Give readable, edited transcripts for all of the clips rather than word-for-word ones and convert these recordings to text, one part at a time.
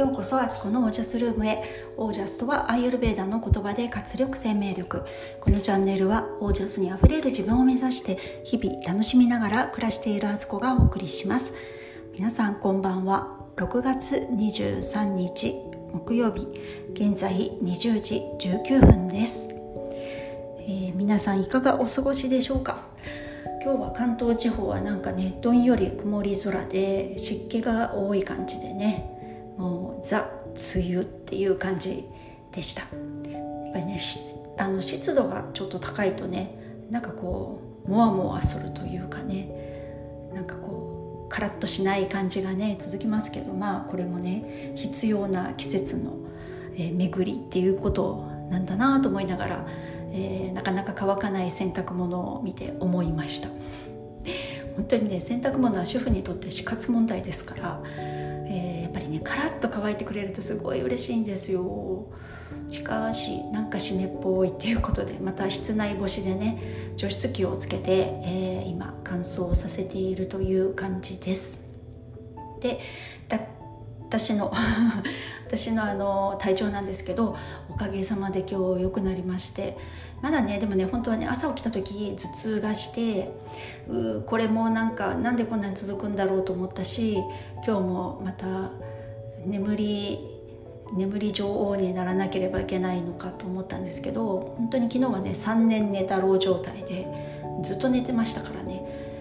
ようこそアツコのオージャスルームへ。オージャスとはアーユルヴェーダの言葉で活力生命力。このチャンネルはオージャスにあふれる自分を目指して日々楽しみながら暮らしているアツコがお送りします。皆さんこんばんは。6月23日木曜日、現在20時19分です。皆さんいかがお過ごしでしょうか。今日は関東地方はなんかね、どんより曇り空で湿気が多い感じでね、もうザ・梅雨っていう感じでした。やっぱりね、湿度がちょっと高いとね、なんかこうモワモワするというかね、なんかこうカラッとしない感じがね続きますけど、まあこれもね必要な季節の、巡りっていうことなんだなと思いながら、なかなか乾かない洗濯物を見て思いました。本当にね、洗濯物は主婦にとって死活問題ですから、やっぱりねカラッと乾いてくれるとすごい嬉しいんですよ。しかしなんか湿っぽいっていうことで、また室内干しでね除湿機をつけて、今乾燥させているという感じです。で私の体調なんですけど、おかげさまで今日良くなりまして、まだねでもね本当はね朝起きた時頭痛がして、これもなんでこんなに続くんだろうと思ったし、今日もまた眠り女王にならなければいけないのかと思ったんですけど、本当に昨日はね3年寝太郎状態でずっと寝てましたからね、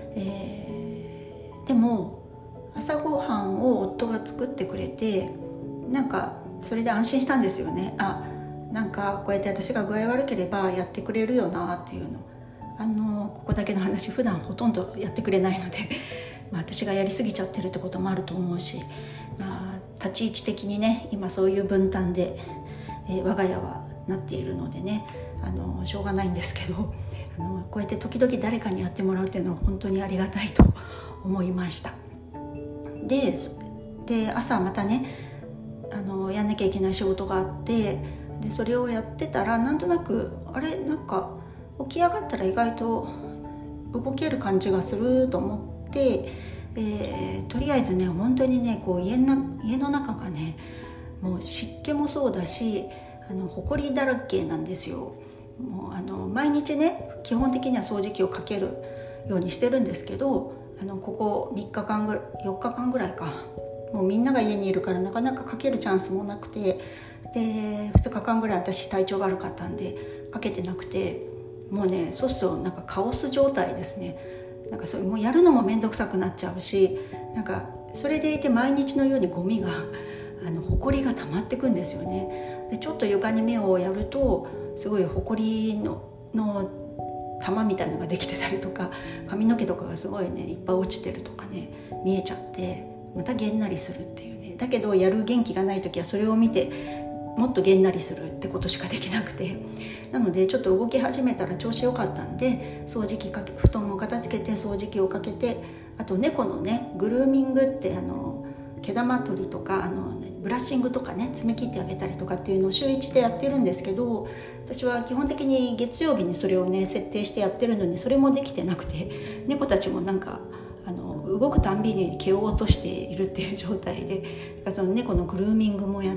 でも朝ごはんを夫が作ってくれて、なんかそれで安心したんですよね。なんかこうやって私が具合悪ければやってくれるよなっていうの、ここだけの話、普段ほとんどやってくれないので私がやりすぎちゃってるってこともあると思うし、立ち位置的にね今そういう分担で、我が家はなっているのでね、しょうがないんですけど、こうやって時々誰かにやってもらうっていうのは本当にありがたいと思いました。で朝またねやんなきゃいけない仕事があって、でそれをやってたらなんとなくなんか起き上がったら意外と動ける感じがすると思って、とりあえずね本当にねこう家の中がねもう湿気もそうだし埃だらけなんですよ。もう毎日ね基本的には掃除機をかけるようにしてるんですけど、ここ4日間ぐらいか、もうみんなが家にいるからなかなかかけるチャンスもなくて、で2日間ぐらい私体調悪かったんでかけてなくて、もうねそうするとなんかカオス状態ですね。なんかそれもうやるのも面倒くさくなっちゃうし、なんかそれでいて毎日のようにゴミが埃が溜まってくんですよね。でちょっと床に目をやるとすごい埃の玉みたいなのができてたりとか、髪の毛とかがすごいねいっぱい落ちてるとかね見えちゃって、またげんなりするっていうね。だけどやる元気がない時はそれを見てもっとげんなりするってことしかできなくて、なのでちょっと動き始めたら調子良かったんで布団を片付けて掃除機をかけて、あと猫のねグルーミングって毛玉取りとかブラッシングとかね爪切ってあげたりとかっていうのを週1でやってるんですけど、私は基本的に月曜日にそれをね設定してやってるのにそれもできてなくて、猫たちもなんか動くたんびに毛を落としているっていう状態で、その猫のグルーミングもやって、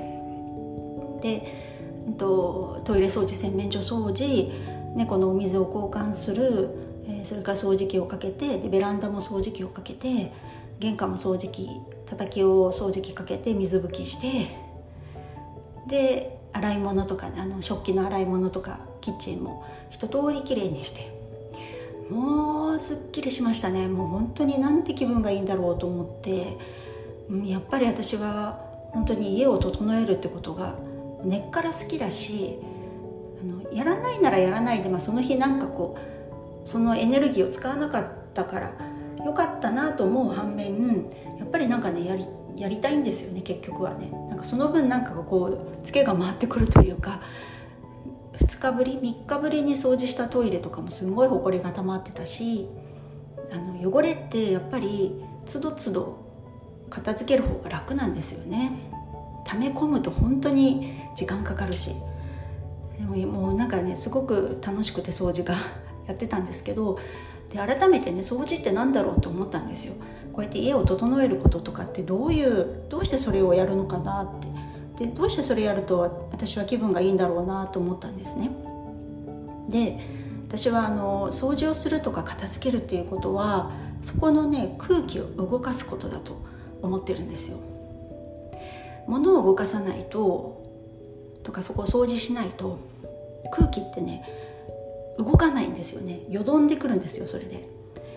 でトイレ掃除、洗面所掃除、猫のお水を交換する、それから掃除機をかけて、でベランダも掃除機をかけて、玄関も掃除機叩きを掃除機かけて水拭きして、で洗い物とか食器の洗い物とかキッチンも一通りきれいにして、もうすっきりしましたね。もう本当になんて気分がいいんだろうと思って、やっぱり私は本当に家を整えるってことが根っから好きだし、やらないならやらないで、その日なんかこうそのエネルギーを使わなかったからよかったなと思う反面、やっぱりなんかねやりたいんですよね。結局はねなんかその分なんかこうツケが回ってくるというか、2日ぶり3日ぶりに掃除したトイレとかもすごいほこりが溜まってたし、汚れってやっぱりつどつど片付ける方が楽なんですよね。溜め込むと本当に時間かかるし、でもうなんかねすごく楽しくて掃除がやってたんですけど、で改めてね掃除ってなんだろうと思ったんですよ。 こうやって家を整えることとかってどうしてそれをやるのかなって、でどうしてそれやると私は気分がいいんだろうなと思ったんですね。で私は掃除をするとか片付けるっていうことはそこのね空気を動かすことだと思ってるんですよ。物を動かさないとかそこを掃除しないと空気ってね動かないんですよね。よどんでくるんですよ。それで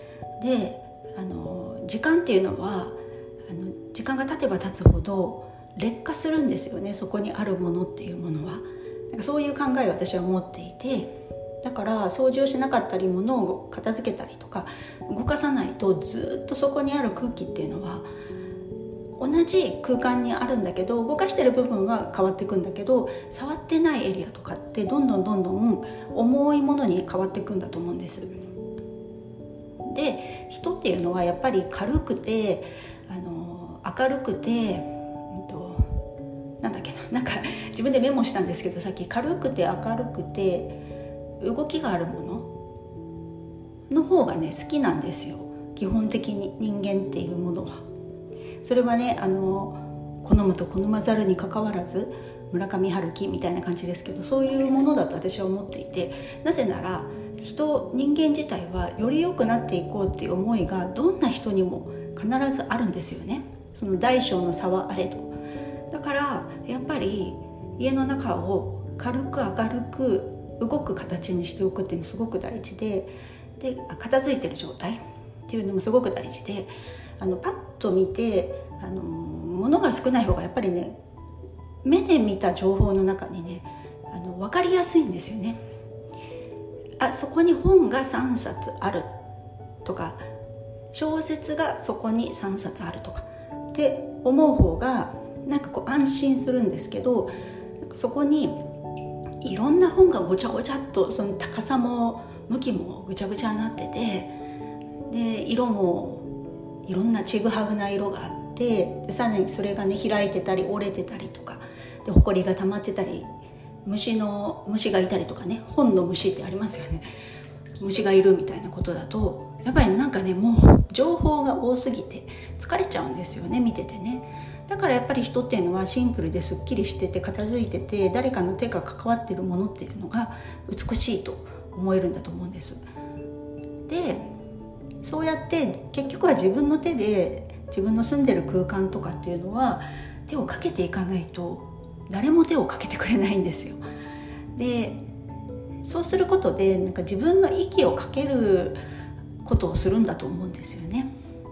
時間っていうのは時間が経てば経つほど劣化するんですよね。そこにあるものっていうものはそういう考えを私は持っていて、だから掃除をしなかったり物を片付けたりとか動かさないとずっとそこにある空気っていうのは同じ空間にあるんだけど、動かしてる部分は変わっていくんだけど触ってないエリアとかってどんどん重いものに変わっていくんだと思うんです。で人っていうのはやっぱり軽くて明るくてなんか自分でメモしたんですけど、さっき軽くて明るくて動きがあるものの方がね好きなんですよ。基本的に人間っていうものはそれはね好むと好まざるにかかわらず村上春樹みたいな感じですけど、そういうものだと私は思っていて、なぜなら人間自体はより良くなっていこうっていう思いがどんな人にも必ずあるんですよね。その大小の差はあれど。だからやっぱり家の中を軽く明るく動く形にしておくっていうのすごく大事で、片付いてる状態っていうのもすごく大事で、パッと見て物が少ない方がやっぱりね目で見た情報の中にね分かりやすいんですよね。そこに本が3冊あるとか小説がそこに3冊あるとかって思う方がなんかこう安心するんですけど、そこにいろんな本がごちゃごちゃっとその高さも向きもぐちゃぐちゃになってて、で色もいろんなちぐはぐな色があって、でさらにそれがね開いてたり折れてたりとかでほこりが溜まってたり虫がいたりとかね、本の虫ってありますよね。虫がいるみたいなことだとやっぱりなんかねもう情報が多すぎて疲れちゃうんですよね、見ててね。だからやっぱり人っていうのはシンプルですっきりしてて片付いてて誰かの手が関わってるものっていうのが美しいと思えるんだと思うんです。でそうやって結局は自分の手で自分の住んでる空間とかっていうのは手をかけていかないと誰も手をかけてくれないんですよ。でそうすることでなんか自分の息をかけることをするんだと思うんですよね。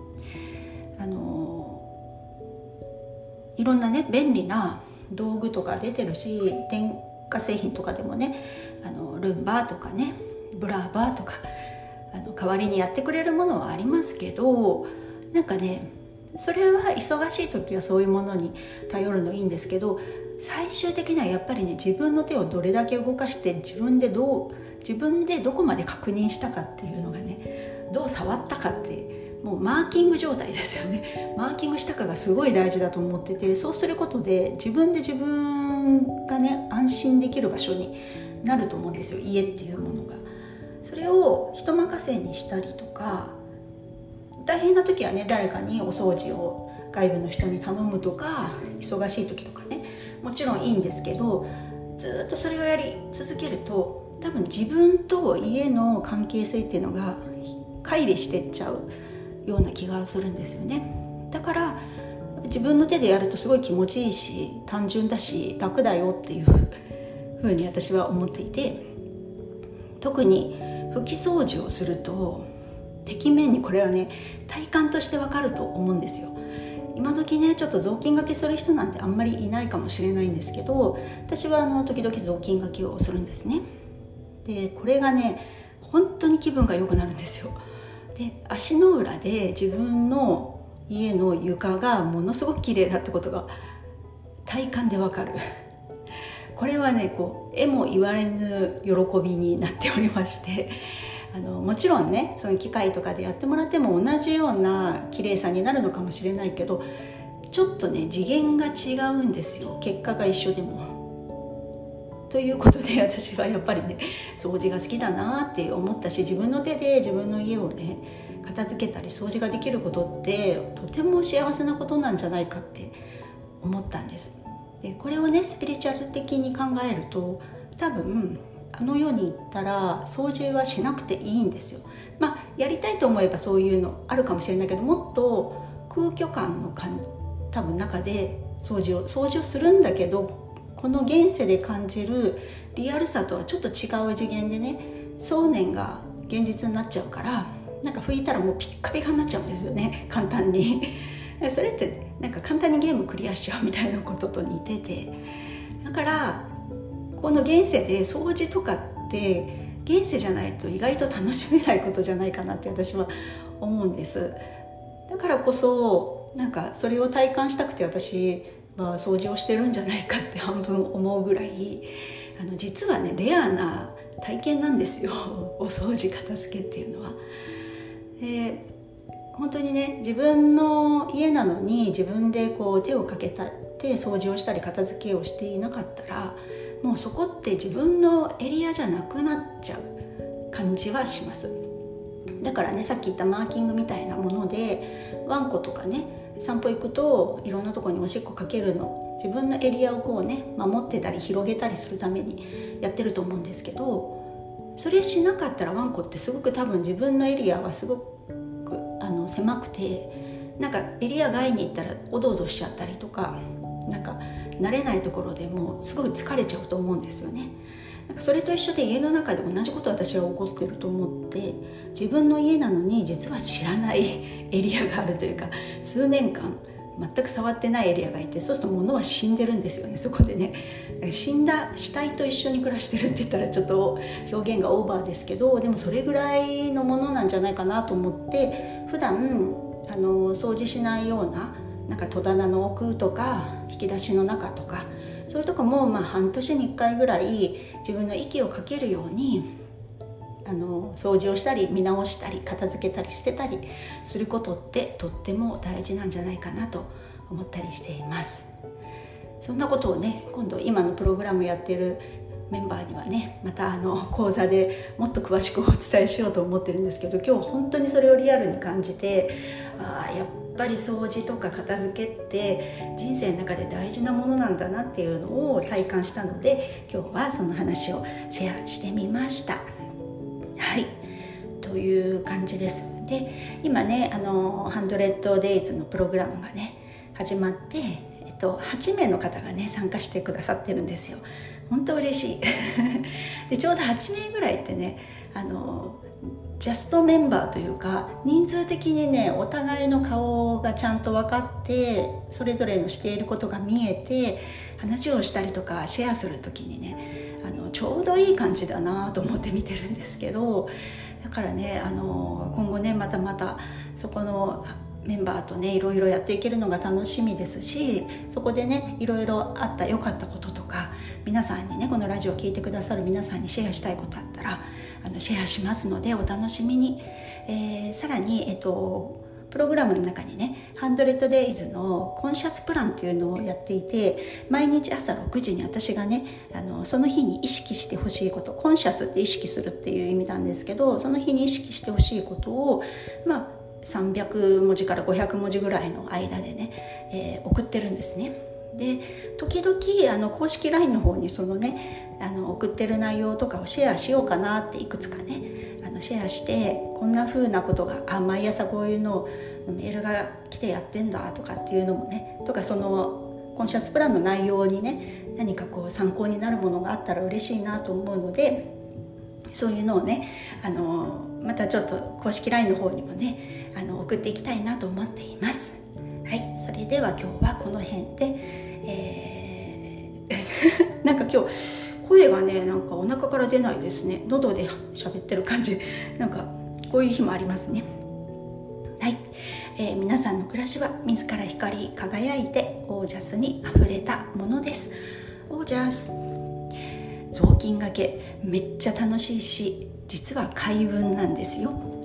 いろんなね便利な道具とか出てるし、電化製品とかでもねルンバとかねブラバとか代わりにやってくれるものはありますけど、なんかねそれは忙しい時はそういうものに頼るのいいんですけど、最終的にはやっぱりね自分の手をどれだけ動かして自分でどこまで確認したかっていうのがね、どう触ったかってもうマーキング状態ですよね。マーキングしたかがすごい大事だと思ってて、そうすることで自分がね安心できる場所になると思うんですよ、家っていうものが。それを人任せにしたりとか、大変な時はね誰かにお掃除を外部の人に頼むとか、忙しい時とかねもちろんいいんですけど、ずっとそれをやり続けると多分自分と家の関係性っていうのが乖離してっちゃうような気がするんですよね。だから自分の手でやるとすごい気持ちいいし単純だし楽だよっていうふうに私は思っていて、特に拭き掃除をするとてきめんにこれはね体感としてわかると思うんですよ。今時ねちょっと雑巾がけする人なんてあんまりいないかもしれないんですけど、私は時々雑巾がけをするんですね。でこれがね本当に気分が良くなるんですよ。で足の裏で自分の家の床がものすごく綺麗だってことが体感でわかる。これはね絵も言われぬ喜びになっておりまして、もちろんねその機械とかでやってもらっても同じような綺麗さになるのかもしれないけど、ちょっとね次元が違うんですよ、結果が一緒でも。ということで私はやっぱりね掃除が好きだなって思ったし、自分の手で自分の家をね片片付けたり掃除ができることってとても幸せなことなんじゃないかって思ったんです。でこれをねスピリチュアル的に考えると、多分あの世に行ったら掃除はしなくていいんですよ。やりたいと思えばそういうのあるかもしれないけど、もっと空虚感の多分中で掃除をするんだけど、この現世で感じるリアルさとはちょっと違う次元でね、想念が現実になっちゃうから、なんか拭いたらもうピッカピカになっちゃうんですよね、簡単にそれってなんか簡単にゲームクリアしちゃうみたいなことと似てて、だからこの現世で掃除とかって現世じゃないと意外と楽しめないことじゃないかなって私は思うんです。だからこそなんかそれを体感したくて私は掃除をしてるんじゃないかって半分思うぐらい、実はねレアな体験なんですよお掃除片付けっていうのは。で本当にね、自分の家なのに自分でこう手をかけたって掃除をしたり片付けをしていなかったら、もうそこって自分のエリアじゃなくなっちゃう感じはします。だからね、さっき言ったマーキングみたいなもので、ワンコとかね散歩行くといろんなところにおしっこかけるの、自分のエリアをこうね守ってたり広げたりするためにやってると思うんですけど、それしなかったらワンコってすごく多分自分のエリアはすごく狭くて、なんかエリア外に行ったらおどおどしちゃったりとか、なんか慣れないところでもすごい疲れちゃうと思うんですよね。なんかそれと一緒で家の中で同じこと私は起こってると思って、自分の家なのに実は知らないエリアがあるというか、数年間全く触ってないエリアがいて、そうすると物は死んでるんですよね、そこでね。死んだ死体と一緒に暮らしてるって言ったらちょっと表現がオーバーですけど、でもそれぐらいのものなんじゃないかなと思って、普段掃除しないような、なんか戸棚の奥とか引き出しの中とか、そういうとこも半年に1回ぐらい自分の息をかけるように掃除をしたり見直したり片付けたり捨てたりすることってとっても大事なんじゃないかなと思ったりしています。そんなことをね、今度今のプログラムやってるメンバーにはね、また講座でもっと詳しくお伝えしようと思ってるんですけど、今日本当にそれをリアルに感じて、やっぱり掃除とか片付けって人生の中で大事なものなんだなっていうのを体感したので、今日はその話をシェアしてみました。はい、という感じです。で、今ね100 days のプログラムがね始まって、8名の方がね参加してくださってるんですよ。本当嬉しいでちょうど8名ぐらいってねジャストメンバーというか、人数的にねお互いの顔がちゃんと分かって、それぞれのしていることが見えて話をしたりとかシェアするときにねちょうどいい感じだなと思って見てるんですけど、だからね今後ねまたそこのメンバーとねいろいろやっていけるのが楽しみですし、そこでねいろいろあった良かったこととか、皆さんにねこのラジオを聞いてくださる皆さんにシェアしたいことあったらシェアしますのでお楽しみに。さらにプログラムの中にね100 days のコンシャスプランっていうのをやっていて、毎日朝6時に私がねその日に意識してほしいこと、コンシャスって意識するっていう意味なんですけど、その日に意識してほしいことを300文字から500文字ぐらいの間でね、送ってるんですね。で時々公式 LINE の方にそのね送ってる内容とかをシェアしようかなっていくつかねシェアして、こんな風なことが毎朝こういうのメールが来てやってんだとかっていうのもね、とかそのコンシャスプランの内容にね何かこう参考になるものがあったら嬉しいなと思うので、そういうのをねまたちょっと公式 LINE の方にもね送っていきたいなと思っています。はい、それでは今日はこの辺で、なんか今日声がねなんかお腹から出ないですね。喉で喋ってる感じ、なんかこういう日もありますね。はい、皆さんの暮らしは自ら光り輝いてオージャスにあふれたものです。オージャス雑巾がけめっちゃ楽しいし、実は開運なんですよ。